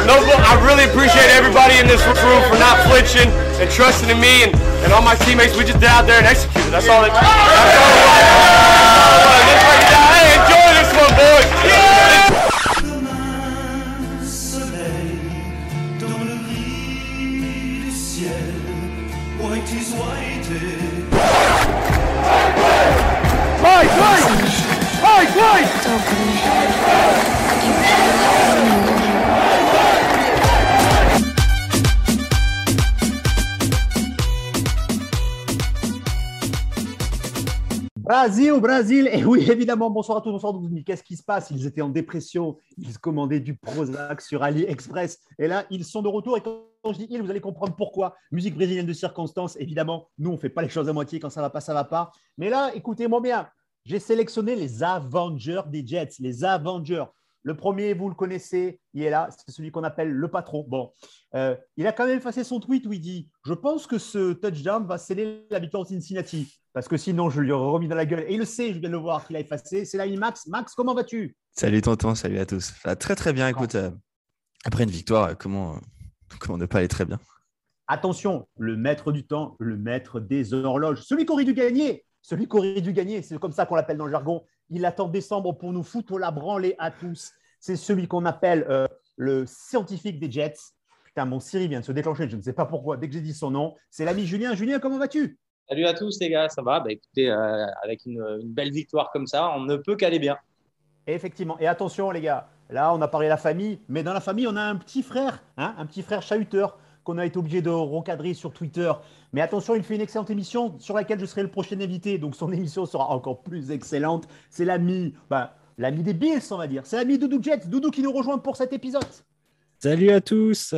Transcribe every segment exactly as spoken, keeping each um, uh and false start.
no, I really appreciate everybody in this room for not flinching and trusting in me and, and all my teammates. We just get out there and execute. That's all it. That's all it was. Hey, enjoy this one, boys. Yeah. Mike, Mike! Mike, Mike! Brésil, Brésil. Et oui, évidemment, bonsoir à tous, bonsoir à tous. Mais qu'est-ce qui se passe? Ils étaient en dépression, ils commandaient du Prozac sur AliExpress. Et là, ils sont de retour. Et quand je dis ils, vous allez comprendre pourquoi. Musique brésilienne de circonstance, évidemment. Nous, on ne fait pas les choses à moitié. Quand ça ne va pas, ça ne va pas. Mais là, écoutez-moi bien. J'ai sélectionné les Avengers des Jets, les Avengers. Le premier, vous le connaissez, il est là, c'est celui qu'on appelle le patron. Bon, euh, il a quand même effacé son tweet où il dit « Je pense que ce touchdown va sceller la victoire de Cincinnati, parce que sinon, je lui aurais remis dans la gueule. » Et il le sait, je viens de le voir qu'il a effacé. C'est l'ami Max. Max, comment vas-tu? Salut tonton, salut à tous. Ça va très très bien, écoute, euh, après une victoire, comment, euh, comment ne pas aller très bien? Attention, le maître du temps, le maître des horloges, celui qui aurait dû gagner. Celui qui aurait dû gagner, c'est comme ça qu'on l'appelle dans le jargon. Il attend décembre pour nous foutre la branlée à tous. C'est celui qu'on appelle euh, le scientifique des Jets. Putain, mon Siri vient de se déclencher, je ne sais pas pourquoi. Dès que j'ai dit son nom, c'est l'ami Julien. Julien, comment vas-tu? Salut à tous les gars, ça va? Bah, écoutez, euh, avec une, une belle victoire comme ça, on ne peut qu'aller bien. Et effectivement. Et attention les gars, là on a parlé de la famille, mais dans la famille on a un petit frère, hein, un petit frère chahuteur qu'on a été obligé de recadrer sur Twitter. Mais attention, il fait une excellente émission sur laquelle je serai le prochain invité. Donc, son émission sera encore plus excellente. C'est l'ami, ben, l'ami des Bills, on va dire. C'est l'ami Doudou Jets. Doudou qui nous rejoint pour cet épisode. Salut à tous.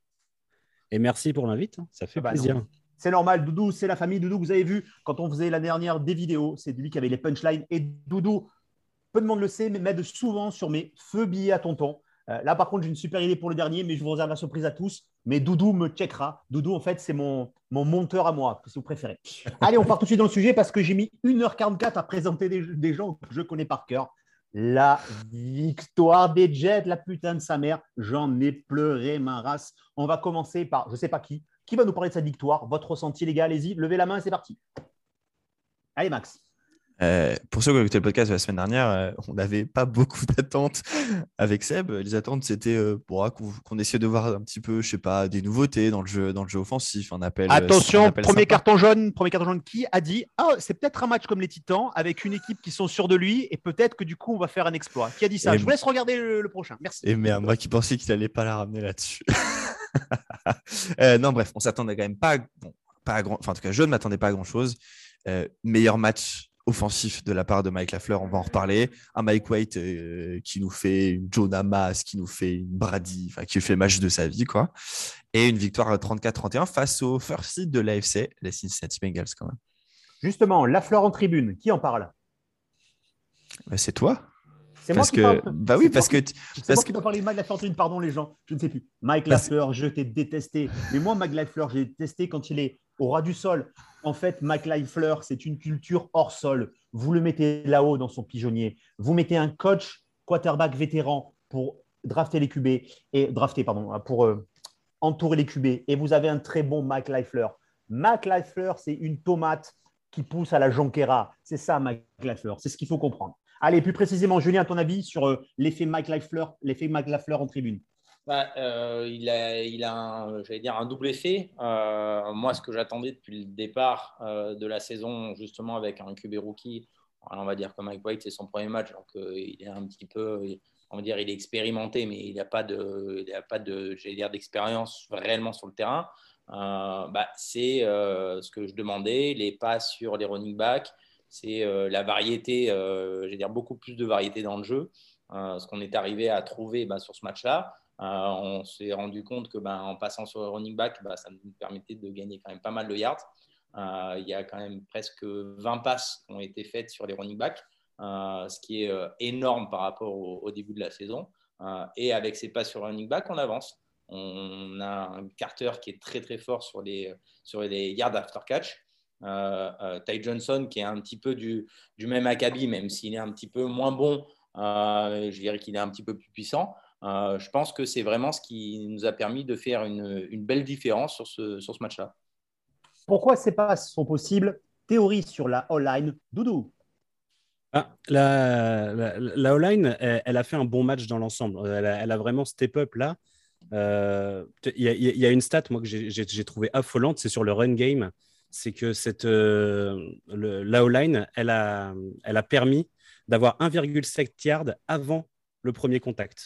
Et merci pour l'invite. Ça fait ah ben plaisir. Non. C'est normal. Doudou, c'est la famille. Doudou, vous avez vu, quand on faisait la dernière des vidéos, c'est lui qui avait les punchlines. Et Doudou, peu de monde le sait, mais m'aide souvent sur mes feux billets à tonton. Euh, là, par contre, j'ai une super idée pour le dernier, mais je vous réserve la surprise à tous. Mais Doudou me checkera. Doudou, en fait, c'est mon, mon monteur à moi, si vous préférez. Allez, on part tout de suite dans le sujet parce que j'ai mis une heure quarante-quatre à présenter des, des gens que je connais par cœur. La victoire des Jets, la putain de sa mère. J'en ai pleuré ma race. On va commencer par, je ne sais pas qui, qui va nous parler de cette victoire. Votre ressenti, les gars, allez-y, levez la main et c'est parti. Allez, Max. Euh, pour ceux qui ont écouté le podcast de la semaine dernière, euh, on n'avait pas beaucoup d'attentes avec Seb. Les attentes, c'était euh, pour, qu'on, qu'on essayait de voir un petit peu, je sais pas, des nouveautés dans le jeu, dans le jeu offensif. Un appel, Attention, un appel premier sympa. carton jaune, premier carton jaune qui a dit « Ah, c'est peut-être un match comme les Titans avec une équipe qui sont sûrs de lui et peut-être que du coup, on va faire un exploit. » Qui a dit ça? Et Je vous laisse regarder le, le prochain. Merci. Et merde, moi qui pensais qu'il n'allait pas la ramener là-dessus. euh, non, bref, on s'attendait quand même pas, bon, pas à grand. Enfin, en tout cas, je ne m'attendais pas à grand-chose. Euh, meilleur match offensif de la part de Mike Lafleur, on va en reparler. Un Mike White euh, qui nous fait une Jonah Mass, qui nous fait une Brady, enfin qui fait le match de sa vie, quoi. Et une victoire trente-quatre trente et un face au first seed de l'A F C, les Cincinnati Bengals, quand même. Justement, Lafleur en tribune, qui en parle? Bah, c'est toi. C'est parce moi qui que, parle. bah oui, c'est parce moi que, qui... c'est parce moi que... qui dois parler de Mike Lafleur en tribune, pardon les gens, je ne sais plus. Mike Parce... Lafleur, je t'ai détesté. Mais moi, Mike Lafleur, j'ai détesté quand il est au ras du sol. En fait, Mike Lafleur, c'est une culture hors sol. Vous le mettez là-haut dans son pigeonnier. Vous mettez un coach quarterback vétéran pour drafter les Q B et drafter, pardon, pour euh, entourer les Q B. Et vous avez un très bon Mike Lafleur. Mike Lafleur, c'est une tomate qui pousse à la Jonquera. C'est ça, Mike Lafleur. C'est ce qu'il faut comprendre. Allez, plus précisément, Julien, ton avis sur euh, l'effet Mike Lafleur, l'effet Mike Lafleur en tribune? Bah, euh, il a, il a un, j'allais dire un double effet. Euh, moi, ce que j'attendais depuis le départ euh, de la saison, justement avec un Q B rookie, on va dire que Mike White, c'est son premier match, donc euh, il est un petit peu, on va dire, il est expérimenté, mais il n'a pas de, il n'a pas de, j'allais dire, d'expérience réellement sur le terrain. Euh, bah, c'est euh, ce que je demandais, les passes sur les running backs, c'est euh, la variété, euh, j'allais dire beaucoup plus de variété dans le jeu. Euh, ce qu'on est arrivé à trouver bah, sur ce match-là. Euh, on s'est rendu compte que ben, en passant sur le running back, ben, ça nous permettait de gagner quand même pas mal de yards. Euh, il y a quand même presque vingt passes qui ont été faites sur les running backs, euh, ce qui est euh, énorme par rapport au, au début de la saison. Euh, et avec ces passes sur le running back, on avance. On a un Carter qui est très très fort sur les, sur les yards after catch. Euh, euh, Ty Johnson qui est un petit peu du, du même acabit, même s'il est un petit peu moins bon, euh, je dirais qu'il est un petit peu plus puissant. Euh, je pense que c'est vraiment ce qui nous a permis de faire une, une belle différence sur ce, sur ce match-là. Pourquoi ces passes sont possibles? Théorie sur la all-line, Doudou. Ah, la, la, la O-line, elle, elle a fait un bon match dans l'ensemble. Elle a, elle a vraiment step up là. Euh, Il y, a- il y a une stat, moi, que j'ai j'ai- j'ai trouvé affolante, c'est sur le run game. C'est que cette, euh, le, la O-line, elle a, elle a permis d'avoir un virgule sept yard avant le premier contact.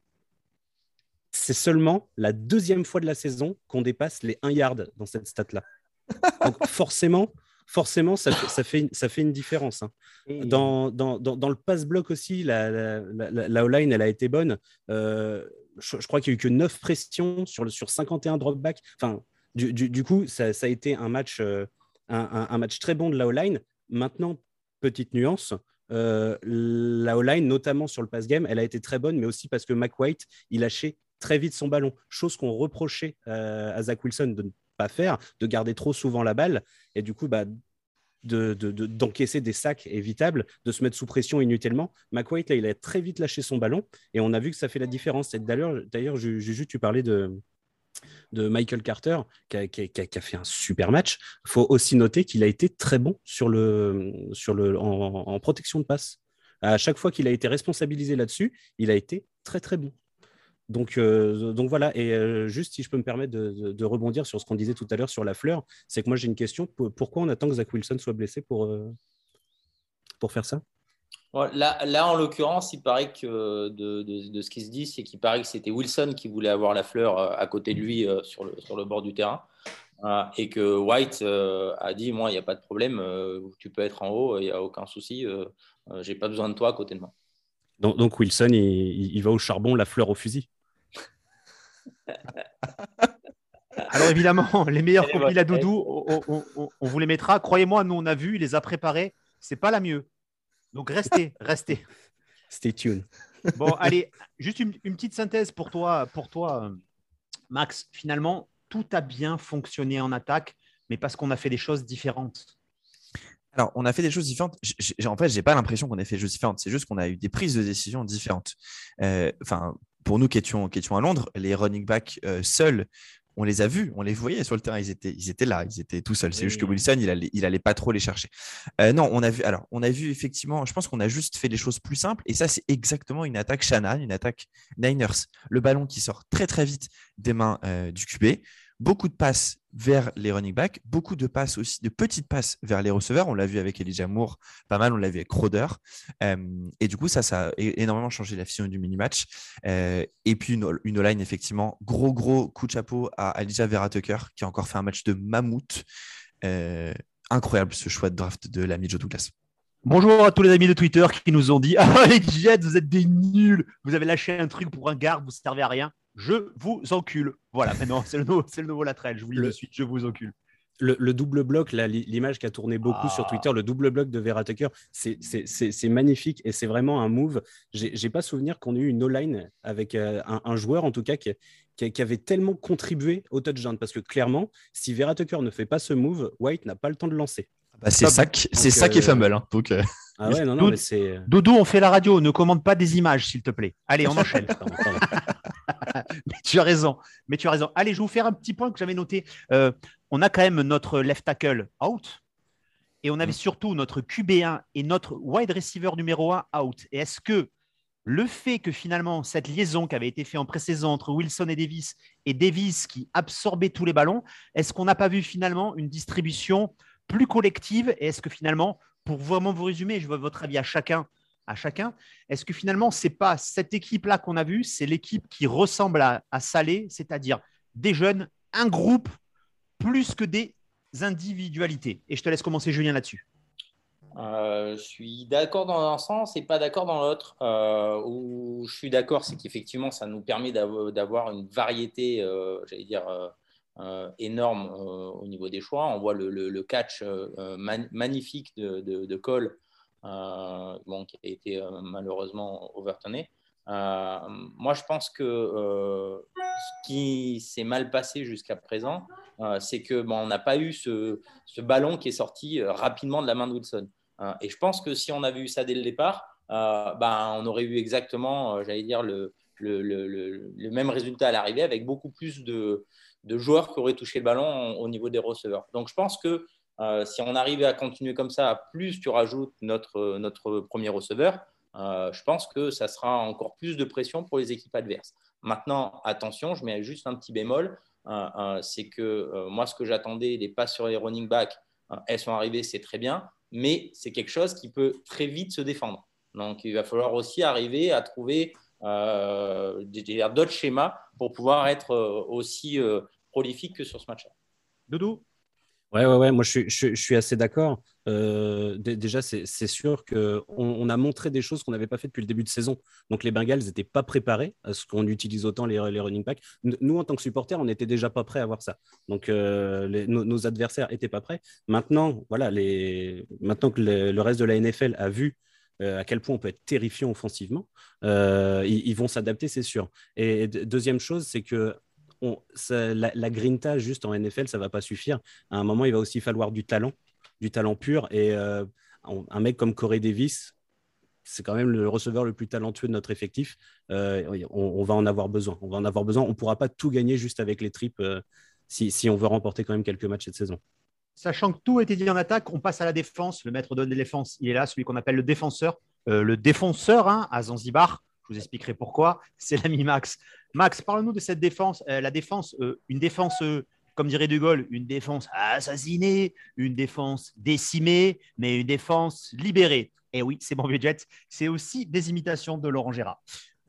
C'est seulement la deuxième fois de la saison qu'on dépasse les un yard dans cette stat-là. Donc forcément, forcément ça, fait, ça, fait, ça fait une différence. Hein. Et Dans, dans, dans, dans le pass-block aussi, la, la, la, la O-line, elle a été bonne. Euh, je, je crois qu'il n'y a eu que neuf pressions sur, le, sur cinquante et un drop-back. Enfin, du, du, du coup, ça, ça a été un match, euh, un, un, un match très bon de la O-line. Maintenant, petite nuance, euh, la O-line, notamment sur le pass-game, elle a été très bonne, mais aussi parce que Mike White, il lâchait très vite son ballon. Chose qu'on reprochait euh, à Zach Wilson de ne pas faire, de garder trop souvent la balle. Et du coup, bah, de, de, de, d'encaisser des sacs évitables, de se mettre sous pression inutilement. McWhite, là, il a très vite lâché son ballon et on a vu que ça fait la différence. Et d'ailleurs, d'ailleurs Juju, tu parlais de, de Michael Carter qui a, qui, a, qui a fait un super match. Il faut aussi noter qu'il a été très bon sur le, sur le, en, en protection de passe. À chaque fois qu'il a été responsabilisé là-dessus, il a été très très bon. Donc, euh, donc voilà, et euh, juste si je peux me permettre de, de, de rebondir sur ce qu'on disait tout à l'heure sur la fleur, c'est que moi j'ai une question, pourquoi on attend que Zach Wilson soit blessé pour, euh, pour faire ça? Ouais, là, là, en l'occurrence, il paraît que de, de, de ce qui se dit, c'est qu'il paraît que c'était Wilson qui voulait avoir la fleur à côté de lui euh, sur, le, sur le bord du terrain euh, et que White euh, a dit, moi, il n'y a pas de problème, euh, tu peux être en haut, il n'y a aucun souci, euh, euh, je n'ai pas besoin de toi à côté de moi. Donc, donc Wilson, il, il va au charbon, la fleur au fusil. alors évidemment, les meilleurs compil à Doudou, on, on, on, on vous les mettra. Croyez-moi, nous on a vu, il les a préparés. C'est pas la mieux. Donc restez, restez. Stay tuned. Bon, allez, juste une, une petite synthèse pour toi, pour toi, Max. Finalement, tout a bien fonctionné en attaque, mais parce qu'on a fait des choses différentes. Alors, on a fait des choses différentes. J'ai, en fait, je n'ai pas l'impression qu'on ait fait des choses différentes. C'est juste qu'on a eu des prises de décision différentes. Euh, enfin, pour nous qui étions, qui étions à Londres, les running backs euh, seuls, on les a vus, on les voyait sur le terrain. Ils étaient, ils étaient là, ils étaient tout seuls. C'est oui. juste que Wilson, il allait, il allait pas trop les chercher. Euh, non, on a vu. Alors, on a vu effectivement. Je pense qu'on a juste fait les choses plus simples. Et ça, c'est exactement une attaque Shanahan, une attaque Niners. Le ballon qui sort très très vite des mains euh, du Q B. Beaucoup de passes vers les running backs, beaucoup de passes aussi, de petites passes vers les receveurs. On l'a vu avec Elijah Moore, pas mal, on l'a vu avec Crowder. Euh, et du coup, ça, ça a énormément changé la vision du mini-match. Euh, et puis, une, une line, effectivement, gros, gros coup de chapeau à Alijah Vera-Tucker, qui a encore fait un match de mammouth. Euh, incroyable ce choix de draft de l'ami Joe Douglas. Bonjour à tous les amis de Twitter qui nous ont dit « Ah, les Jets, vous êtes des nuls. Vous avez lâché un truc pour un garde, vous ne servez à rien. » Je vous encule. Voilà, maintenant, c'est le nouveau, c'est le nouveau Latrell. Je vous le dis de suite, je vous encule. Le, le double bloc, là, l'image qui a tourné beaucoup ah. sur Twitter, le double bloc de Vera Tucker, c'est, c'est, c'est, c'est magnifique et c'est vraiment un move. J'ai, j'ai pas souvenir qu'on ait eu une O-line avec euh, un, un joueur, en tout cas, qui, qui, qui avait tellement contribué au touchdown. Parce que clairement, si Vera Tucker ne fait pas ce move, White n'a pas le temps de lancer. Bah, c'est ça, c'est ça qui est fumble. Hein, donc, euh... Ah ouais, non, non, mais c'est... Doudou, on fait la radio, ne commande pas des images, s'il te plaît. Allez, on enchaîne. pardon, pardon. Mais tu as raison. Mais tu as raison. Allez, je vais vous faire un petit point que j'avais noté. Euh, on a quand même notre left tackle out et on avait surtout notre Q B un et notre wide receiver numéro un out. Et est-ce que le fait que finalement cette liaison qui avait été faite en pré-saison entre Wilson et Davis et Davis qui absorbait tous les ballons, est-ce qu'on n'a pas vu finalement une distribution plus collective et est-ce que finalement, pour vraiment vous résumer, je veux votre avis à chacun, à chacun, est-ce que finalement, ce n'est pas cette équipe-là qu'on a vue, c'est l'équipe qui ressemble à, à Salé, c'est-à-dire des jeunes, un groupe, plus que des individualités. Et je te laisse commencer, Julien, là-dessus. Euh, je suis d'accord dans un sens et pas d'accord dans l'autre. Euh, où je suis d'accord, c'est qu'effectivement, ça nous permet d'avoir, d'avoir une variété, euh, j'allais dire, euh, Euh, énorme euh, au niveau des choix. On voit le, le, le catch euh, man- magnifique de, de, de Cole, euh, bon, qui a été euh, malheureusement overturné. Euh, moi, je pense que euh, ce qui s'est mal passé jusqu'à présent, euh, c'est que bon, on n'a pas eu ce, ce ballon qui est sorti euh, rapidement de la main de Wilson. Euh, et je pense que si on avait eu ça dès le départ, euh, ben, on aurait eu exactement, euh, j'allais dire, le le, le, le, le même résultat à l'arrivée avec beaucoup plus de, de joueurs qui auraient touché le ballon au niveau des receveurs. Donc, je pense que euh, si on arrive à continuer comme ça, plus tu rajoutes notre, notre premier receveur, euh, je pense que ça sera encore plus de pression pour les équipes adverses. Maintenant, attention, je mets juste un petit bémol, euh, euh, c'est que euh, moi, ce que j'attendais, les passes sur les running backs, euh, elles sont arrivées, c'est très bien, mais c'est quelque chose qui peut très vite se défendre. Donc, il va falloir aussi arriver à trouver euh, d'autres schémas pour pouvoir être euh, aussi euh, prolifique que sur ce match-là. Doudou? Ouais, ouais, ouais, moi je suis, je, je suis assez d'accord. Euh, d- déjà, c'est c'est sûr qu'on on a montré des choses qu'on n'avait pas fait depuis le début de saison. Donc les Bengals n'étaient pas préparés à ce qu'on utilise autant les, les running backs. N- Nous, en tant que supporters, on n'était déjà pas prêts à voir ça. Donc euh, les- nos, nos adversaires n'étaient pas prêts. Maintenant, voilà, les, maintenant que le, le reste de la N F L a vu euh, à quel point on peut être terrifiant offensivement, euh, ils, ils vont s'adapter, c'est sûr. Et d- deuxième chose, c'est que on, ça, la, la grinta juste en N F L, ça ne va pas suffire. À un moment, il va aussi falloir du talent, du talent pur. Et euh, un mec comme Corey Davis, c'est quand même le receveur le plus talentueux de notre effectif. Euh, on, on va en avoir besoin. On va en avoir besoin. On ne pourra pas tout gagner juste avec les tripes euh, si, si on veut remporter quand même quelques matchs cette saison. Sachant que tout a été dit en attaque, on passe à la défense. Le maître de la défense, il est là, celui qu'on appelle le défenseur. Euh, le défenseur hein, à Zanzibar, je vous expliquerai pourquoi, c'est l'ami Max. Max, parle-nous de cette défense. Euh, la défense, euh, une défense, euh, comme dirait De Gaulle, une défense assassinée, une défense décimée, mais une défense libérée. Et oui, c'est mon budget. C'est aussi des imitations de Laurent Gérard.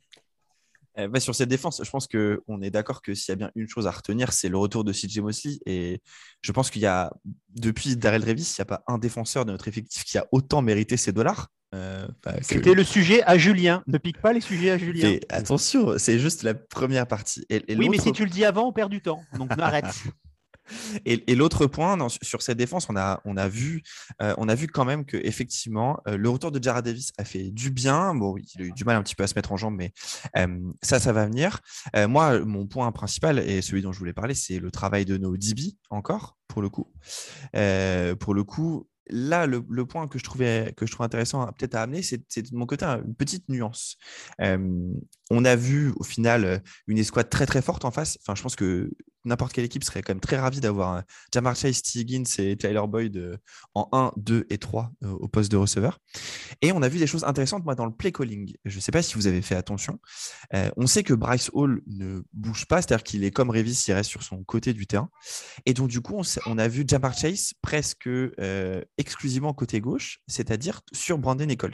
Euh, bah, sur cette défense, je pense qu'on est d'accord que s'il y a bien une chose à retenir, c'est le retour de C J Mosley. Et je pense qu'il y a, depuis Darrell Revis, il n'y a pas un défenseur de notre effectif qui a autant mérité ses dollars. Euh, bah, C'était que... le sujet à Julien. Ne pique pas les sujets à Julien. Mais attention, c'est juste la première partie. Et, et oui, mais si tu le dis avant, on perd du temps. Donc arrête. Et, et l'autre point non, sur cette défense, on a, on a, vu, euh, on a vu quand même que effectivement, euh, le retour de Jarrad Davis a fait du bien. Bon, il a eu du mal un petit peu à se mettre en jambe, mais euh, ça, ça va venir. Euh, moi, mon point principal et celui dont je voulais parler, c'est le travail de nos D B encore, pour le coup. Euh, pour le coup, là, le, le point que je trouvais, que je trouve intéressant peut-être à amener, c'est, c'est de mon côté une petite nuance. Euh, on a vu au final une escouade très très forte en face. Enfin, je pense que n'importe quelle équipe serait quand même très ravie d'avoir Ja'Marr Chase, T. Higgins et Tyler Boyd euh, en un, deux et trois euh, au poste de receveur. Et on a vu des choses intéressantes moi, dans le play calling. Je ne sais pas si vous avez fait attention. Euh, on sait que Bryce Hall ne bouge pas, c'est-à-dire qu'il est comme Revis, il reste sur son côté du terrain. Et donc, du coup, on, on a vu Ja'Marr Chase presque euh, exclusivement côté gauche, c'est-à-dire sur Brandon Nichols.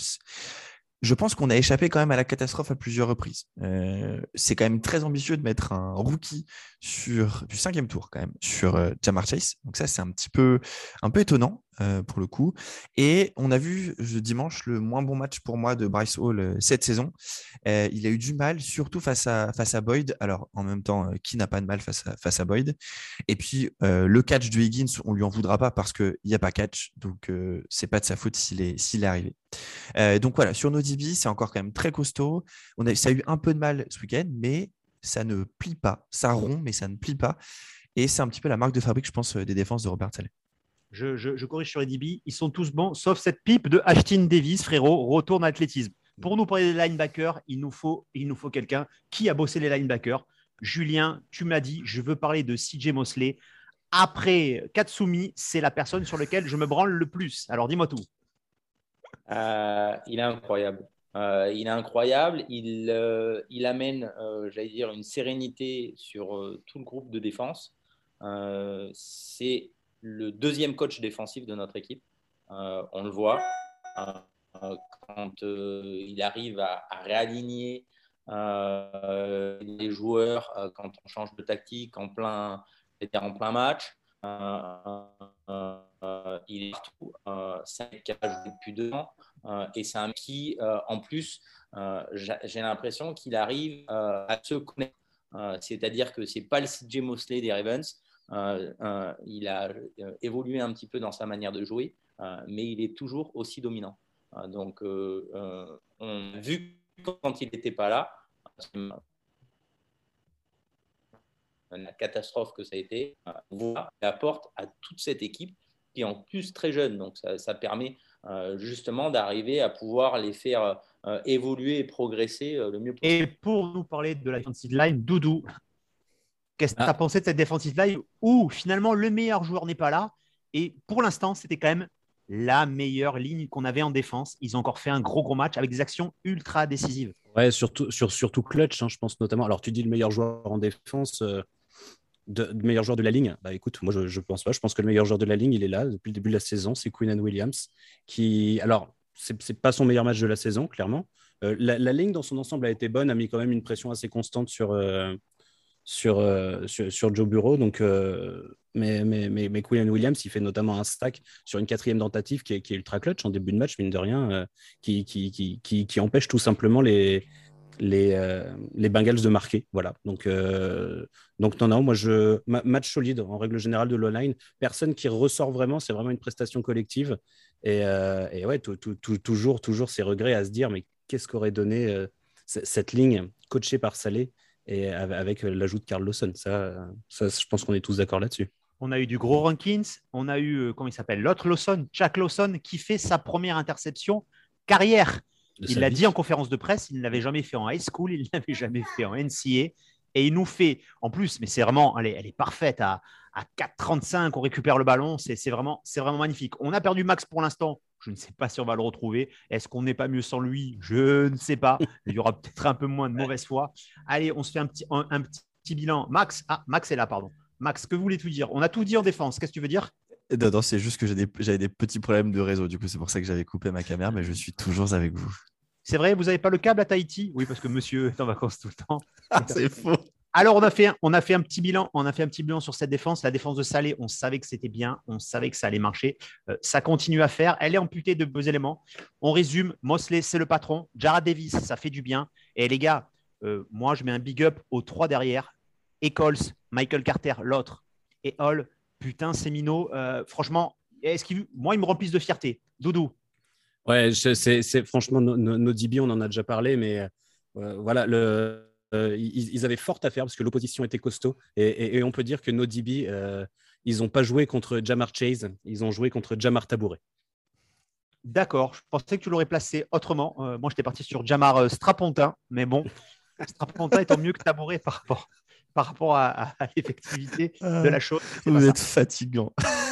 Je pense qu'on a échappé quand même à la catastrophe à plusieurs reprises. Euh, c'est quand même très ambitieux de mettre un rookie sur du cinquième tour quand même sur euh, Ja'Marr Chase. Donc ça, c'est un petit peu, un peu étonnant euh, pour le coup. Et on a vu ce dimanche le moins bon match pour moi de Bryce Hall euh, cette saison. Euh, il a eu du mal, surtout face à, face à Boyd. Alors en même temps, euh, qui n'a pas de mal face à, face à Boyd? Et puis euh, le catch de Higgins, on lui en voudra pas parce qu'il n'y a pas catch. Donc euh, c'est pas de sa faute s'il est, s'il est arrivé. Euh, donc voilà, sur nos D B, c'est encore quand même très costaud. On a, ça a eu un peu de mal ce week-end, mais ça ne plie pas. Ça rompt, mais ça ne plie pas. Et c'est un petit peu la marque de fabrique, je pense, des défenses de Robert Saleh. Je, je, je corrige sur les D B, ils sont tous bons, sauf cette pipe de Ashton Davis, frérot, retourne à l'athlétisme. Pour nous parler des linebackers, il nous faut, il nous faut quelqu'un qui a bossé les linebackers. Julien, tu me l'as dit, je veux parler de C J Mosley. Après Katsumi, c'est la personne sur laquelle je me branle le plus. Alors dis-moi tout. Euh, il est incroyable. Euh, il est incroyable. Il, euh, il amène, euh, j'allais dire, une sérénité sur euh, tout le groupe de défense. Euh, c'est le deuxième coach défensif de notre équipe. Euh, on le voit. Euh, quand euh, il arrive à, à réaligner euh, les joueurs, euh, quand on change de tactique en plein, en plein match. Euh, euh, euh, il est partout. Euh, c'est un mec qui a joué depuis deux ans euh, et c'est un mec qui, euh, en plus, euh, j'ai l'impression qu'il arrive euh, à se connaître. Euh, c'est-à-dire que ce n'est pas le C J Mosley des Ravens. Euh, euh, il a euh, évolué un petit peu dans sa manière de jouer, euh, mais il est toujours aussi dominant. Euh, donc, euh, euh, on a vu quand il n'était pas là, la catastrophe que ça a été, on voit, il apporte à toute cette équipe qui est en plus très jeune. Donc, ça, ça permet euh, justement d'arriver à pouvoir les faire euh, évoluer et progresser euh, le mieux possible. Et pour nous parler de la defensive line, Doudou, qu'est-ce que tu as Ah. pensé de cette defensive line où finalement le meilleur joueur n'est pas là et pour l'instant, c'était quand même la meilleure ligne qu'on avait en défense. Ils ont encore fait un gros, gros match avec des actions ultra décisives. Ouais, surtout, sur, surtout clutch, hein, je pense notamment. Alors, tu dis le meilleur joueur en défense, euh, de, le meilleur joueur de la ligne. Bah écoute, moi, je ne pense pas. Je pense que le meilleur joueur de la ligne, il est là depuis le début de la saison. C'est Quinnen Williams. Qui, alors, ce n'est pas son meilleur match de la saison, clairement. Euh, la, la ligne, dans son ensemble, a été bonne, a mis quand même une pression assez constante sur, euh, sur, euh, sur, sur Joe Burrow. Donc, euh, mais, mais, mais, mais Quinnen Williams, il fait notamment un stack sur une quatrième tentative qui est, qui est ultra clutch en début de match, mine de rien, euh, qui, qui, qui, qui, qui empêche tout simplement les, les, euh, les Bengals de marquer. Voilà. Donc, euh, donc non, non, moi, je, ma, match solide en règle générale de l'O-line. Personne qui ressort vraiment, c'est vraiment une prestation collective. Et, euh, et ouais, tout, tout, tout, toujours, toujours ces regrets à se dire, mais qu'est-ce qu'aurait donné euh, c- cette ligne coachée par Saleh et avec l'ajout de Carl Lawson. Ça, ça, je pense qu'on est tous d'accord là-dessus. On a eu du gros Rankins, on a eu, euh, comment il s'appelle, l'autre Lawson, Jack Lawson, qui fait sa première interception carrière. De Il sa l'a vie. dit en conférence de presse, il ne l'avait jamais fait en high school, il ne l'avait jamais fait en N C A A. Et il nous fait, en plus, mais c'est vraiment, elle est, elle est parfaite, à, à quatre trente-cinq, on récupère le ballon, c'est c'est vraiment, c'est vraiment magnifique. On a perdu Max pour l'instant, je ne sais pas si on va le retrouver. Est-ce qu'on n'est pas mieux sans lui? Je ne sais pas. Il y aura peut-être un peu moins de mauvaise foi. Allez, on se fait un petit, un, un petit bilan. Max, ah, Max est là, pardon. Max, que voulais-tu dire? On a tout dit en défense, qu'est-ce que tu veux dire? Non, non, c'est juste que j'ai des- j'avais des petits problèmes de réseau. Du coup, c'est pour ça que j'avais coupé ma caméra, mais je suis toujours avec vous. C'est vrai, vous n'avez pas le câble à Tahiti? Oui, parce que monsieur est en vacances tout le temps. Ah, c'est faux. Alors, on a, fait, on a fait un petit bilan. On a fait un petit bilan sur cette défense. La défense de Saleh, on savait que c'était bien. On savait que ça allait marcher. Euh, ça continue à faire. Elle est amputée de deux éléments. On résume. Mosley, c'est le patron. Jarrad Davis, ça fait du bien. Et les gars, euh, moi, je mets un big up aux trois derrière. Eccles, Michael Carter, l'autre. Et Hall, putain, c'est minot. Euh, franchement, est-ce qu'il... moi, ils me remplissent de fierté. Doudou. Ouais, je- c'est c'est- franchement, nos no, no D B, on en a déjà parlé, mais euh, voilà, le, euh, ils, ils avaient fort à faire parce que l'opposition était costaud. Et, et- et on peut dire que nos D B, euh, ils n'ont pas joué contre Jamar Chase, ils ont joué contre Jamar Tabouret. D'accord. Je pensais que tu l'aurais placé autrement. Euh, moi, j'étais parti sur Jamar euh, Strapontin. Mais bon, Strapontin étant mieux que Tabouret par rapport, par rapport à, à- à l'effectivité de la chose. C'est pas Vous ça. êtes fatigant.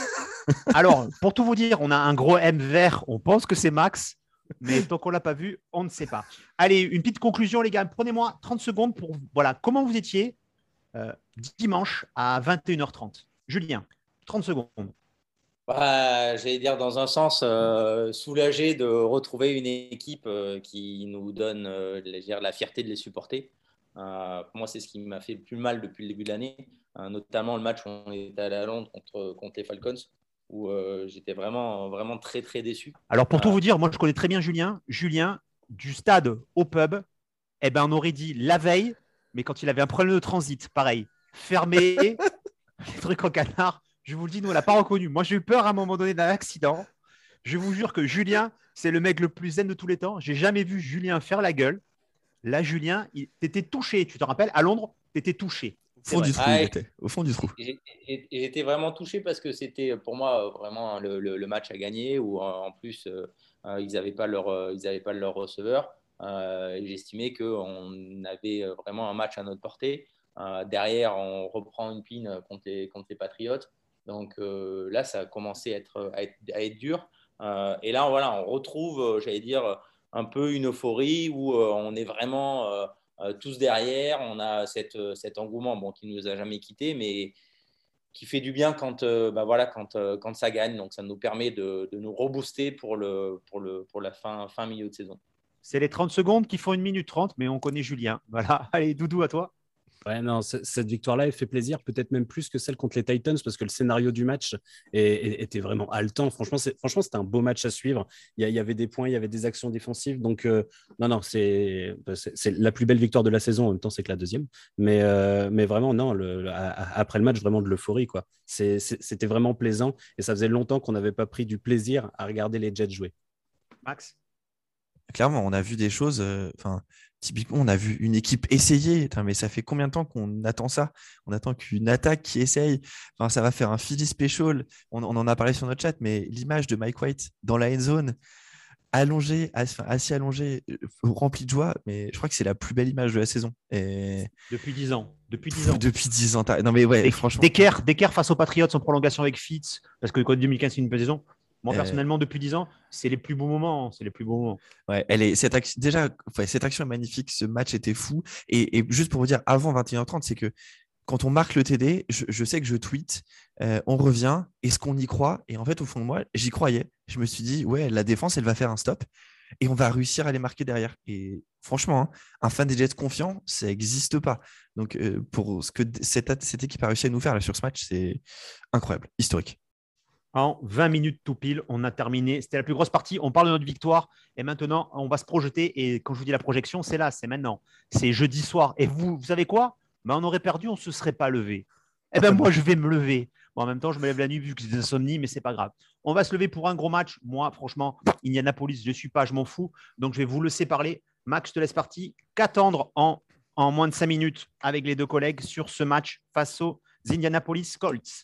Alors, pour tout vous dire, on a un gros M vert. On pense que c'est Max, mais tant qu'on ne l'a pas vu, on ne sait pas. Allez, une petite conclusion, les gars. Prenez-moi trente secondes pour voilà comment vous étiez euh, dimanche à vingt et une heures trente. Julien, trente secondes. Bah, j'allais dire dans un sens euh, soulagé de retrouver une équipe euh, qui nous donne euh, je veux dire, la fierté de les supporter. Euh, pour moi, c'est ce qui m'a fait le plus mal depuis le début de l'année, euh, notamment le match où on est allé à Londres contre, contre les Falcons, où euh, j'étais vraiment, vraiment très, très déçu. Alors, pour Ah. tout vous dire, moi, je connais très bien Julien. Julien, du stade au pub, eh ben, on aurait dit la veille, mais quand il avait un problème de transit, pareil, fermé, les trucs en canard. Je vous le dis, nous, on l'a pas reconnu. Moi, j'ai eu peur à un moment donné d'un accident. Je vous jure que Julien, c'est le mec le plus zen de tous les temps. J'ai jamais vu Julien faire la gueule. Là, Julien, tu étais touché. Tu te rappelles, à Londres, tu étais touché. Au fond C'est du vrai. trou, Ouais. il était. Au fond du trou. Et j'ai- et J'étais vraiment touché parce que c'était pour moi vraiment le, le- le match à gagner où en plus euh, euh, ils n'avaient pas leur euh, ils avaient pas leur receveur. Euh, et j'estimais qu'on avait vraiment un match à notre portée. Euh, derrière, on reprend une pine contre les, contre les Patriots. Donc euh, là, ça a commencé à être, à être, à être dur. Euh, et là, voilà, on retrouve, euh, j'allais dire, un peu une euphorie où euh, on est vraiment euh, euh, tous derrière. On a cette, cet engouement bon, qui ne nous a jamais quittés, mais qui fait du bien quand, euh, bah voilà, quand, euh, quand ça gagne. Donc, ça nous permet de, de nous rebooster pour, le, pour, le, pour la fin, fin milieu de saison. C'est les trente secondes qui font une minute trente, mais on connaît Julien. Voilà. Allez, Doudou, à toi. Ouais, non, c- cette victoire-là, elle fait plaisir, peut-être même plus que celle contre les Titans, parce que le scénario du match est- est- était vraiment haletant. Franchement, c'est, franchement, c'était un beau match à suivre. Il y, a- il y avait des points, il y avait des actions défensives. Donc, euh, non, non, c'est, c'est, c'est la plus belle victoire de la saison. En même temps, c'est que la deuxième. Mais, euh, mais vraiment, non, le, le- a- a- après le match, vraiment de l'euphorie, quoi. C'est- c'est- c'était vraiment plaisant. Et ça faisait longtemps qu'on n'avait pas pris du plaisir à regarder les Jets jouer. Max. clairement, on a vu des choses. Enfin, euh, typiquement, on a vu une équipe essayer. Putain, mais ça fait combien de temps qu'on attend ça? On attend qu'une attaque qui essaye. Enfin, ça va faire un Philly special. On, on en a parlé sur notre chat, mais l'image de Mike White dans la end zone, allongé, assis, enfin, assis allongé, euh, rempli de joie. Mais je crois que c'est la plus belle image de la saison. Et... Depuis dix ans. Depuis dix ans. Depuis dix ans. Non, mais ouais, Des, franchement. D'équerre, d'équerre face aux Patriots en prolongation avec Fitz, parce que le code deux mille quinze, c'est une belle saison. Moi, Euh, personnellement, depuis dix ans, c'est les plus beaux moments. C'est les plus beaux moments. Ouais, elle est, cette action, déjà, ouais, cette action est magnifique. Ce match était fou. Et, et juste pour vous dire, avant vingt et une heures trente, c'est que quand on marque le T D, je, je sais que je tweet, euh, on revient, est-ce qu'on y croit? Et en fait, au fond de moi, j'y croyais. Je me suis dit, ouais, la défense, elle va faire un stop et on va réussir à les marquer derrière. Et franchement, hein, un fan des Jets confiant, ça n'existe pas. Donc, euh, pour ce que cette, cette équipe a réussi à nous faire là, sur ce match, c'est incroyable, historique. En vingt minutes tout pile, on a terminé. C'était la plus grosse partie. On parle de notre victoire. Et maintenant, on va se projeter. Et quand je vous dis la projection, c'est là, c'est maintenant. C'est jeudi soir. Et vous, vous savez quoi? Ben, on aurait perdu, on ne se serait pas levé. Eh bien, moi, je vais me lever. Bon, en même temps, je me lève la nuit vu que j'ai des insomnies, mais ce n'est pas grave. On va se lever pour un gros match. Moi, franchement, Indianapolis, je ne suis pas, je m'en fous. Donc, je vais vous laisser parler. Max, je te laisse partie. Qu'attendre en, en moins de cinq minutes avec les deux collègues sur ce match face aux Indianapolis Colts?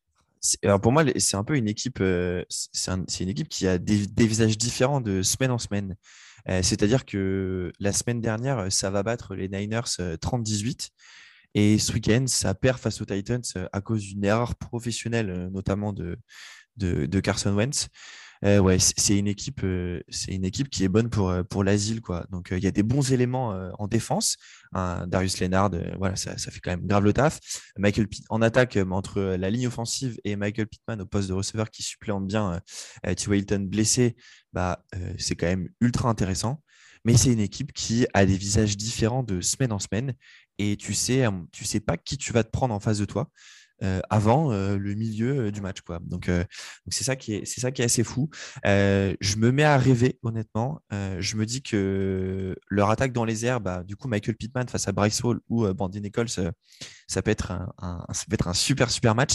Alors pour moi, c'est un peu une équipe, euh, c'est un, une équipe qui a des, des visages différents de semaine en semaine. Euh, c'est-à-dire que la semaine dernière, ça va battre les Niners euh, trente à dix-huit. Et ce week-end, ça perd face aux Titans euh, à cause d'une erreur professionnelle, euh, notamment de, de, de Carson Wentz. Euh, ouais, c'est une équipe, euh, c'est une équipe qui est bonne pour, pour l'asile, quoi. Donc, il euh, y a des bons éléments euh, en défense. Hein, Darius Leonard, euh, voilà, ça, ça fait quand même grave le taf. Michael Pitt en attaque euh, entre la ligne offensive et Michael Pittman au poste de receveur qui suppléante bien euh, T. Hilton blessé, bah, euh, c'est quand même ultra intéressant. Mais c'est une équipe qui a des visages différents de semaine en semaine. Et tu sais, tu sais pas qui tu vas te prendre en face de toi. Euh, avant euh, le milieu euh, du match, quoi. Donc, euh, donc c'est ça qui est, c'est ça qui est assez fou. Euh, je me mets à rêver, honnêtement. Euh, je me dis que leur attaque dans les airs, bah, du coup, Michael Pittman face à Bryce Hall ou euh, Brandon Nichols, euh, ça peut être un, un, ça peut être un super super match.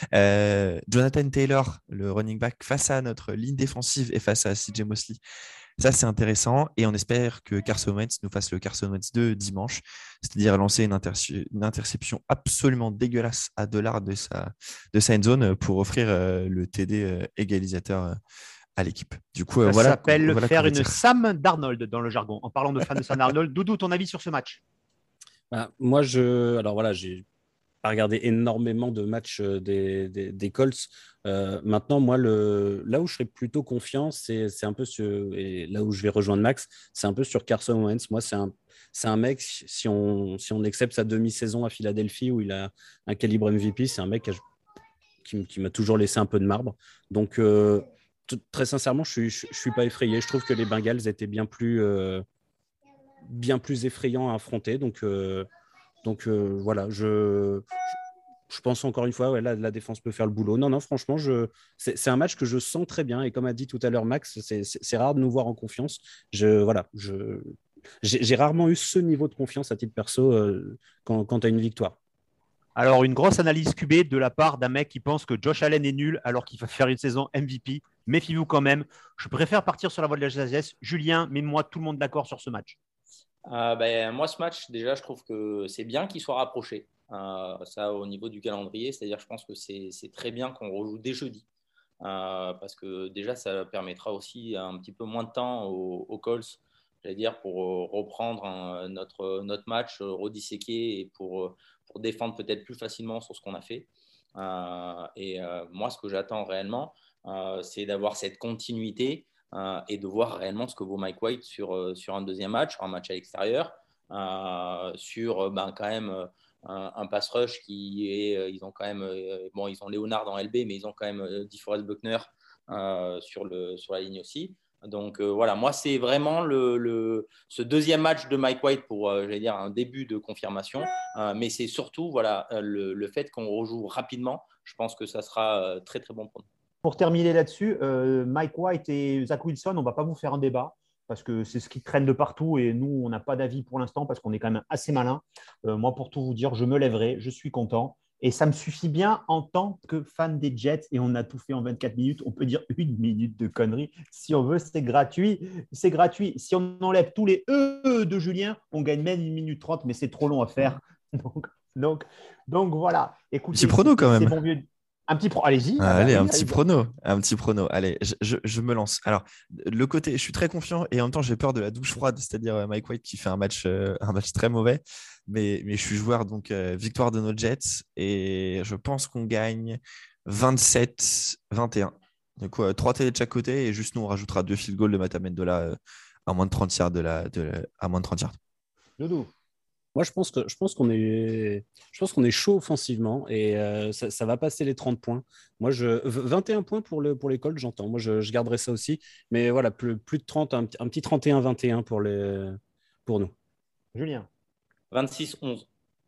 Euh, Jonathan Taylor, le running back, face à notre ligne défensive et face à C J Mosley. Ça, c'est intéressant et on espère que Carson Wentz nous fasse le Carson Wentz de dimanche, c'est-à-dire lancer une, interce- une interception absolument dégueulasse à Dollard de sa, de sa end zone pour offrir euh, le T D euh, égalisateur euh, à l'équipe. Du coup, euh, Ça voilà. s'appelle voilà faire une dire. Sam Darnold dans le jargon. En parlant de fan de Sam Darnold, Doudou, ton avis sur ce match? Bah, moi, je. Alors voilà, j'ai pas regardé énormément de matchs des, des, des Colts. Euh, maintenant, moi, le, là où je serais plutôt confiant, c'est, c'est un peu sur, et là où je vais rejoindre Max, c'est un peu sur Carson Wentz. Moi, c'est un, c'est un mec, si on, si on accepte sa demi-saison à Philadelphie où il a un calibre M V P, c'est un mec qui, qui m'a toujours laissé un peu de marbre. Donc, euh, t- très sincèrement, je ne suis, je suis pas effrayé. Je trouve que les Bengals étaient bien plus, euh, bien plus effrayants à affronter. Donc, euh, donc euh, voilà, je, je pense encore une fois, ouais, là, la défense peut faire le boulot. Non, non, franchement, je, c'est, c'est un match que je sens très bien. Et comme a dit tout à l'heure Max, c'est, c'est, c'est rare de nous voir en confiance. Je, voilà, je, j'ai, j'ai rarement eu ce niveau de confiance à titre perso euh, quand, quand tu as une victoire. Alors, une grosse analyse Q B de la part d'un mec qui pense que Josh Allen est nul alors qu'il va faire une saison M V P. Méfiez-vous quand même. Je préfère partir sur la voie de la sagesse. Julien, mets-moi tout le monde d'accord sur ce match. Euh, ben, moi, ce match, déjà, je trouve que c'est bien qu'il soit rapproché. Euh, ça, au niveau du calendrier, c'est-à-dire, je pense que c'est, c'est très bien qu'on rejoue dès jeudi. Euh, parce que déjà, ça permettra aussi un petit peu moins de temps aux, aux Colts, j'allais dire, pour reprendre un, notre, notre match, redisséquer et pour, pour défendre peut-être plus facilement sur ce qu'on a fait. Euh, et euh, moi, ce que j'attends réellement, euh, c'est d'avoir cette continuité euh, et de voir réellement ce que vaut Mike White sur, sur un deuxième match, sur un match à l'extérieur, euh, sur ben, quand même un, un pass rush qui est, ils ont quand même, bon, ils ont Leonard en L B, mais ils ont quand même DeForest Buckner euh, sur, le, sur la ligne aussi. Donc euh, voilà, moi c'est vraiment le, le, ce deuxième match de Mike White pour, euh, j'allais dire, un début de confirmation, euh, mais c'est surtout voilà, le, le fait qu'on rejoue rapidement, je pense que ça sera euh, très très bon pour nous. Pour terminer là-dessus, euh, Mike White et Zach Wilson, on ne va pas vous faire un débat parce que c'est ce qui traîne de partout et nous, on n'a pas d'avis pour l'instant parce qu'on est quand même assez malin. Euh, moi, pour tout vous dire, je me lèverai, je suis content Et ça me suffit bien en tant que fan des Jets. Et on a tout fait en vingt-quatre minutes. On peut dire une minute de conneries. Si on veut, c'est gratuit. C'est gratuit. Si on enlève tous les E de Julien, on gagne même une minute trente, mais c'est trop long à faire. Donc, donc, donc voilà. Écoutez, Petit prono quand même. C'est bon vieux. Un petit pro. Allez-y. Ah, allez, allez, un allez, petit allez. prono. Un petit prono. Allez, je, je, je me lance. Alors, le côté, je suis très confiant et en même temps, j'ai peur de la douche froide, c'est-à-dire Mike White qui fait un match, euh, un match très mauvais. Mais, mais je suis joueur, donc euh, victoire de nos Jets et je pense qu'on gagne vingt-sept vingt et un. Donc, euh, trois télés de chaque côté et juste nous, on rajoutera deux field goals de Matt Amendola euh, à moins de trente yards de la, de la- à moins de trente yards. Doudou. Moi, je pense que je pense qu'on est, je pense qu'on est chaud offensivement et euh, ça, ça va passer les trente points. Moi, je vingt et un points pour le pour les Colts, j'entends. Moi, je, je garderai ça aussi. Mais voilà, plus, plus de trente, un, un petit trente et un vingt et un pour les pour nous. Julien. vingt-six onze.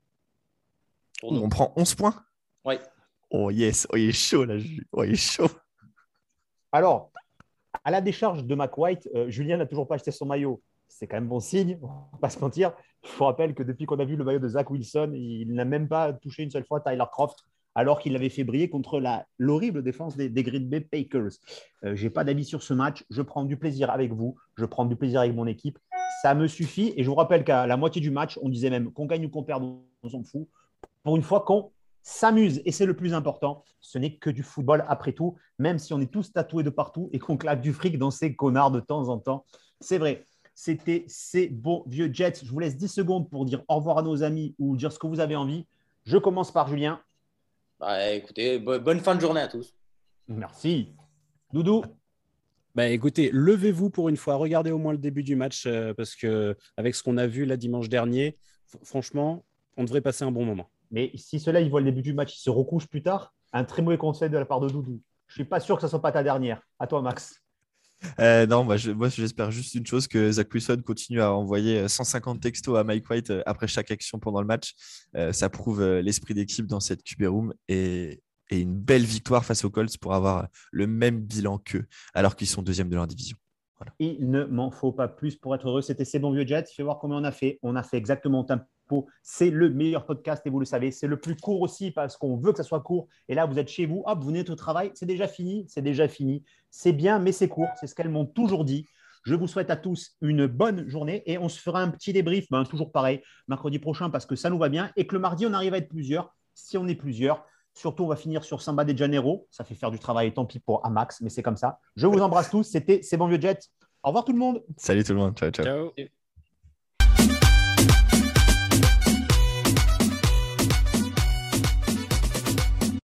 Pour On nous. prend onze points. Oui. Oh yes, oh, il est chaud là, Jules. Oh, il est chaud. Alors, à la décharge de Mac White, euh, Julien n'a toujours pas acheté son maillot. C'est quand même bon signe, on va pas se mentir. Je vous rappelle que depuis qu'on a vu le maillot de Zach Wilson, il n'a même pas touché une seule fois Tyler Croft, alors qu'il l'avait fait briller contre la, l'horrible défense des, des Green Bay Packers. Euh, je n'ai pas d'avis sur ce match. Je prends du plaisir avec vous. Je prends du plaisir avec mon équipe. Ça me suffit. Et je vous rappelle qu'à la moitié du match, on disait même qu'on gagne ou qu'on perde, on s'en fout. Pour une fois qu'on s'amuse, et c'est le plus important, ce n'est que du football après tout, même si on est tous tatoués de partout et qu'on claque du fric dans ces connards de temps en temps. C'est vrai. C'était ces bons vieux Jets. Je vous laisse dix secondes pour dire au revoir à nos amis ou dire ce que vous avez envie. Je commence par Julien. Bah, écoutez, bo- bonne fin de journée à tous. Merci. Doudou. Bah, écoutez, levez-vous pour une fois, regardez au moins le début du match euh, parce que avec ce qu'on a vu là dimanche dernier, f- franchement, on devrait passer un bon moment. Mais si ceux-là, ils voient le début du match, ils se recouchent plus tard. Un très mauvais conseil de la part de Doudou. Je ne suis pas sûr que ce ne soit pas ta dernière. À toi, Max. Euh, non, moi, je- moi, j'espère juste une chose, que Zach Wilson continue à envoyer cent cinquante textos à Mike White euh, après chaque action pendant le match. Euh, ça prouve euh, l'esprit d'équipe dans cette Q B Room et, et une belle victoire face aux Colts pour avoir le même bilan qu'eux, alors qu'ils sont deuxième de leur division. Il ne m'en faut pas plus pour être heureux. C'était ces bons vieux Jets. Fais voir combien on a fait. On a fait exactement au tempo. C'est le meilleur podcast et vous le savez. C'est le plus court aussi parce qu'on veut que ça soit court. Et là, vous êtes chez vous. Hop, vous venez au travail. C'est déjà fini. C'est déjà fini. C'est bien, mais c'est court. C'est ce qu'elles m'ont toujours dit. Je vous souhaite à tous une bonne journée et on se fera un petit débrief, ben, toujours pareil, mercredi prochain parce que ça nous va bien et que le mardi, on arrive à être plusieurs. Si on est plusieurs, surtout, on va finir sur Samba de Janeiro. Ça fait faire du travail, tant pis pour Amax, mais c'est comme ça. Je vous embrasse tous. C'était C'est bon vieux Jet. Au revoir tout le monde. Salut tout le monde. Ciao, ciao. Ciao.